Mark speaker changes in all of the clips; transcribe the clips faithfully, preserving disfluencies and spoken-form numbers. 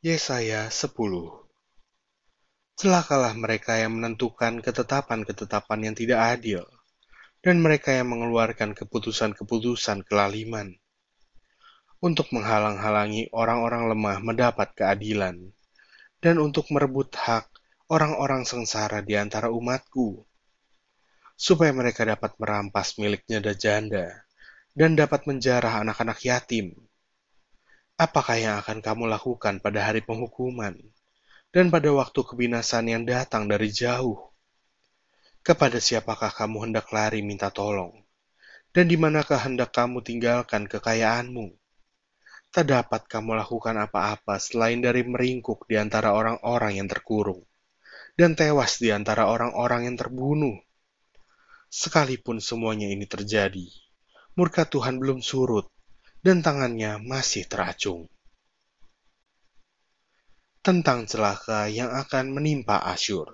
Speaker 1: Yesaya sepuluh. Celakalah mereka yang menentukan ketetapan-ketetapan yang tidak adil, dan mereka yang mengeluarkan keputusan-keputusan kelaliman, untuk menghalang-halangi orang-orang lemah mendapat keadilan, dan untuk merebut hak orang-orang sengsara di antara umatku, supaya mereka dapat merampas miliknya dan janda, dan dapat menjarah anak-anak yatim. Apakah yang akan kamu lakukan pada hari penghukuman, dan pada waktu kebinasan yang datang dari jauh? Kepada siapakah kamu hendak lari minta tolong? Dan di manakah hendak kamu tinggalkan kekayaanmu? Tak dapat kamu lakukan apa-apa selain dari meringkuk di antara orang-orang yang terkurung, dan tewas di antara orang-orang yang terbunuh. Sekalipun semuanya ini terjadi, murka Tuhan belum surut, dan tangannya masih teracung. Tentang celaka yang akan menimpa Asyur.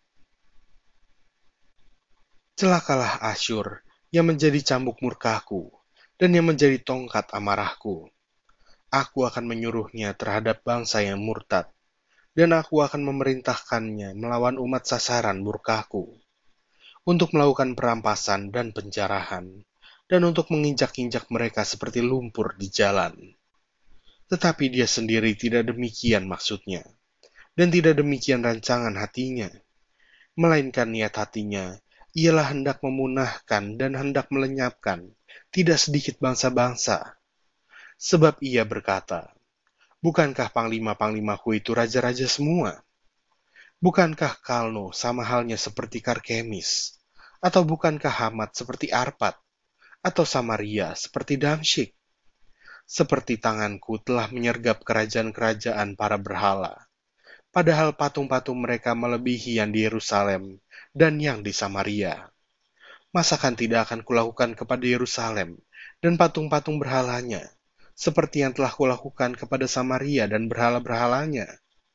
Speaker 1: Celakalah Asyur yang menjadi cambuk murkaku, dan yang menjadi tongkat amarahku. Aku akan menyuruhnya terhadap bangsa yang murtad, dan aku akan memerintahkannya melawan umat sasaran murkaku, untuk melakukan perampasan dan penjarahan, dan untuk menginjak-injak mereka seperti lumpur di jalan. Tetapi dia sendiri tidak demikian maksudnya, dan tidak demikian rancangan hatinya, melainkan niat hatinya ialah hendak memunahkan dan hendak melenyapkan tidak sedikit bangsa-bangsa. Sebab ia berkata, bukankah panglima-panglimaku itu raja-raja semua? Bukankah Kalno sama halnya seperti Karkemis? Atau bukankah Hamat seperti Arpad? Atau Samaria seperti Damsyik? Seperti tanganku telah menyergap kerajaan-kerajaan para berhala, padahal patung-patung mereka melebihi yang di Yerusalem dan yang di Samaria. Masakan tidak akan kulakukan kepada Yerusalem dan patung-patung berhalanya, seperti yang telah kulakukan kepada Samaria dan berhala-berhalanya?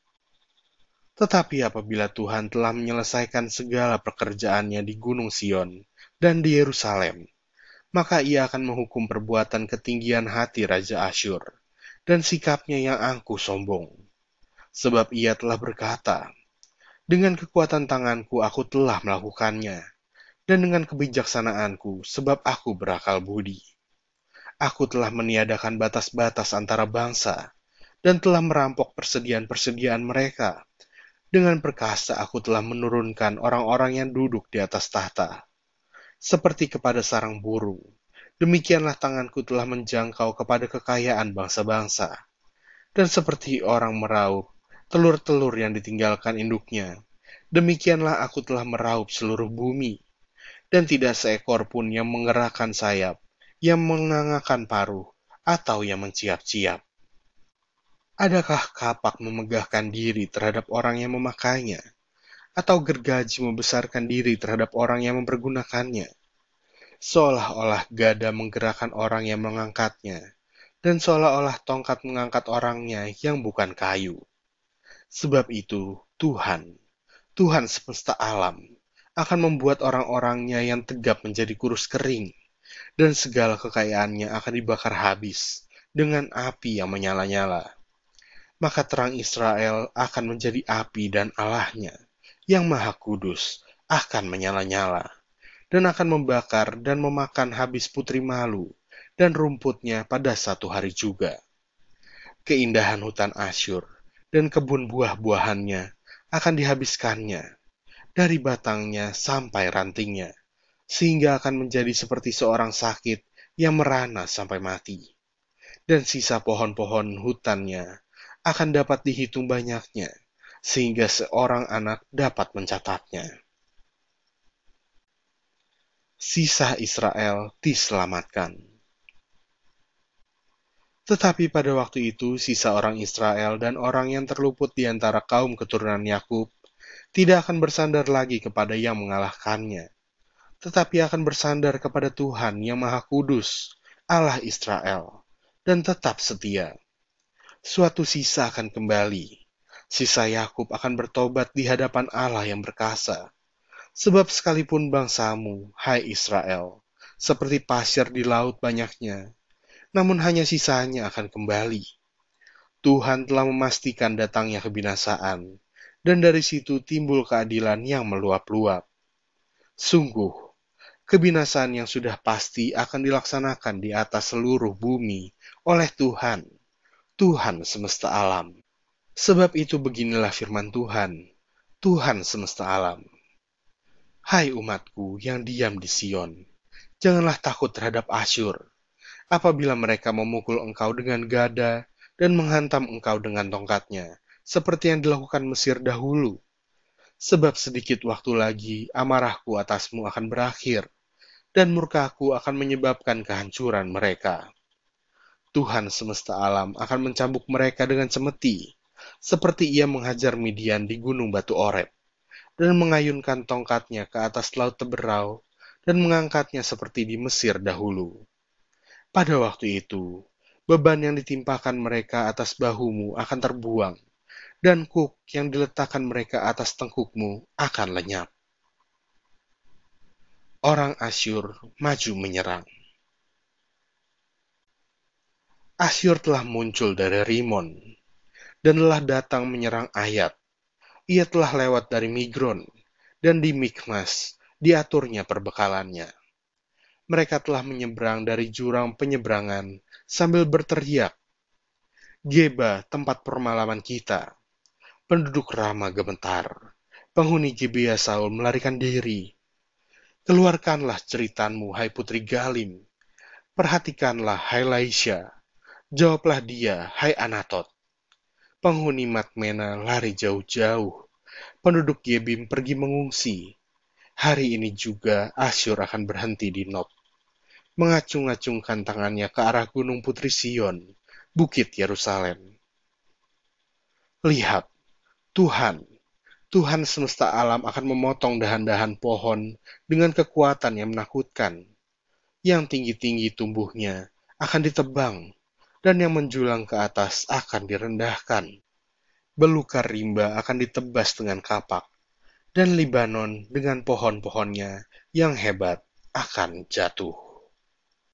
Speaker 1: Tetapi apabila Tuhan telah menyelesaikan segala pekerjaannya di Gunung Sion dan di Yerusalem, maka ia akan menghukum perbuatan ketinggian hati Raja Asyur dan sikapnya yang angkuh sombong. Sebab ia telah berkata, dengan kekuatan tanganku aku telah melakukannya, dan dengan kebijaksanaanku sebab aku berakal budi. Aku telah meniadakan batas-batas antara bangsa, dan telah merampok persediaan-persediaan mereka. Dengan perkasa aku telah menurunkan orang-orang yang duduk di atas tahta, seperti kepada sarang burung. Demikianlah tanganku telah menjangkau kepada kekayaan bangsa-bangsa, dan seperti orang meraup telur-telur yang ditinggalkan induknya, demikianlah aku telah meraup seluruh bumi, dan tidak seekor pun yang menggerakkan sayap, yang mengangakan paruh, atau yang menciap-ciap. Adakah kapak memegahkan diri terhadap orang yang memakainya, atau gergaji membesarkan diri terhadap orang yang mempergunakannya? Seolah-olah gada menggerakkan orang yang mengangkatnya, dan seolah-olah tongkat mengangkat orangnya yang bukan kayu. Sebab itu, Tuhan, Tuhan semesta alam, akan membuat orang-orangnya yang tegap menjadi kurus kering, dan segala kekayaannya akan dibakar habis dengan api yang menyala-nyala. Maka terang Israel akan menjadi api dan Allahnya, yang maha kudus, akan menyala-nyala, dan akan membakar dan memakan habis putri malu, dan rumputnya pada satu hari juga. Keindahan hutan Asyur dan kebun buah-buahannya akan dihabiskannya, dari batangnya sampai rantingnya, sehingga akan menjadi seperti seorang sakit yang merana sampai mati. Dan sisa pohon-pohon hutannya akan dapat dihitung banyaknya, sehingga seorang anak dapat mencatatnya. Sisa Israel diselamatkan. Tetapi pada waktu itu sisa orang Israel dan orang yang terluput di antara kaum keturunan Yakub tidak akan bersandar lagi kepada yang mengalahkannya, tetapi akan bersandar kepada Tuhan yang Maha Kudus, Allah Israel, dan tetap setia. Suatu sisa akan kembali, sisa Yakub akan bertobat di hadapan Allah yang berkasa. Sebab sekalipun bangsamu, hai Israel, seperti pasir di laut banyaknya, namun hanya sisanya akan kembali. Tuhan telah memastikan datangnya kebinasaan, dan dari situ timbul keadilan yang meluap-luap. Sungguh, kebinasaan yang sudah pasti akan dilaksanakan di atas seluruh bumi oleh Tuhan, Tuhan semesta alam. Sebab itu beginilah firman Tuhan, Tuhan semesta alam. Hai umatku yang diam di Sion, janganlah takut terhadap Asyur, apabila mereka memukul engkau dengan gada dan menghantam engkau dengan tongkatnya, seperti yang dilakukan Mesir dahulu. Sebab sedikit waktu lagi amarahku atasmu akan berakhir, dan murkaku akan menyebabkan kehancuran mereka. Tuhan semesta alam akan mencambuk mereka dengan cemeti, seperti ia menghajar Midian di gunung batu Oreb, dan mengayunkan tongkatnya ke atas laut Teberau, dan mengangkatnya seperti di Mesir dahulu. Pada waktu itu, beban yang ditimpakan mereka atas bahumu akan terbuang, dan kuk yang diletakkan mereka atas tengkukmu akan lenyap. Orang Asyur maju menyerang. Asyur telah muncul dari Rimon, dan telah datang menyerang Ayat. Ia telah lewat dari Migron, dan di Mikmas diaturnya perbekalannya. Mereka telah menyeberang dari jurang penyeberangan sambil berteriak, Geba, tempat permalaman kita. Penduduk Rama gemetar. Penghuni Gibea Saul melarikan diri. Keluarkanlah ceritanmu, hai putri Galim. Perhatikanlah, hai Laisha. Jawablah dia, hai Anatot. Penghuni Makmena lari jauh-jauh. Penduduk Gebim pergi mengungsi. Hari ini juga Asyur akan berhenti di Nob, mengacung-acungkan tangannya ke arah gunung putri Sion, bukit Yerusalem. Lihat, Tuhan, Tuhan semesta alam akan memotong dahan-dahan pohon dengan kekuatan yang menakutkan. Yang tinggi-tinggi tumbuhnya akan ditebang, dan yang menjulang ke atas akan direndahkan. Belukar rimba akan ditebas dengan kapak, dan Libanon dengan pohon-pohonnya yang hebat akan jatuh.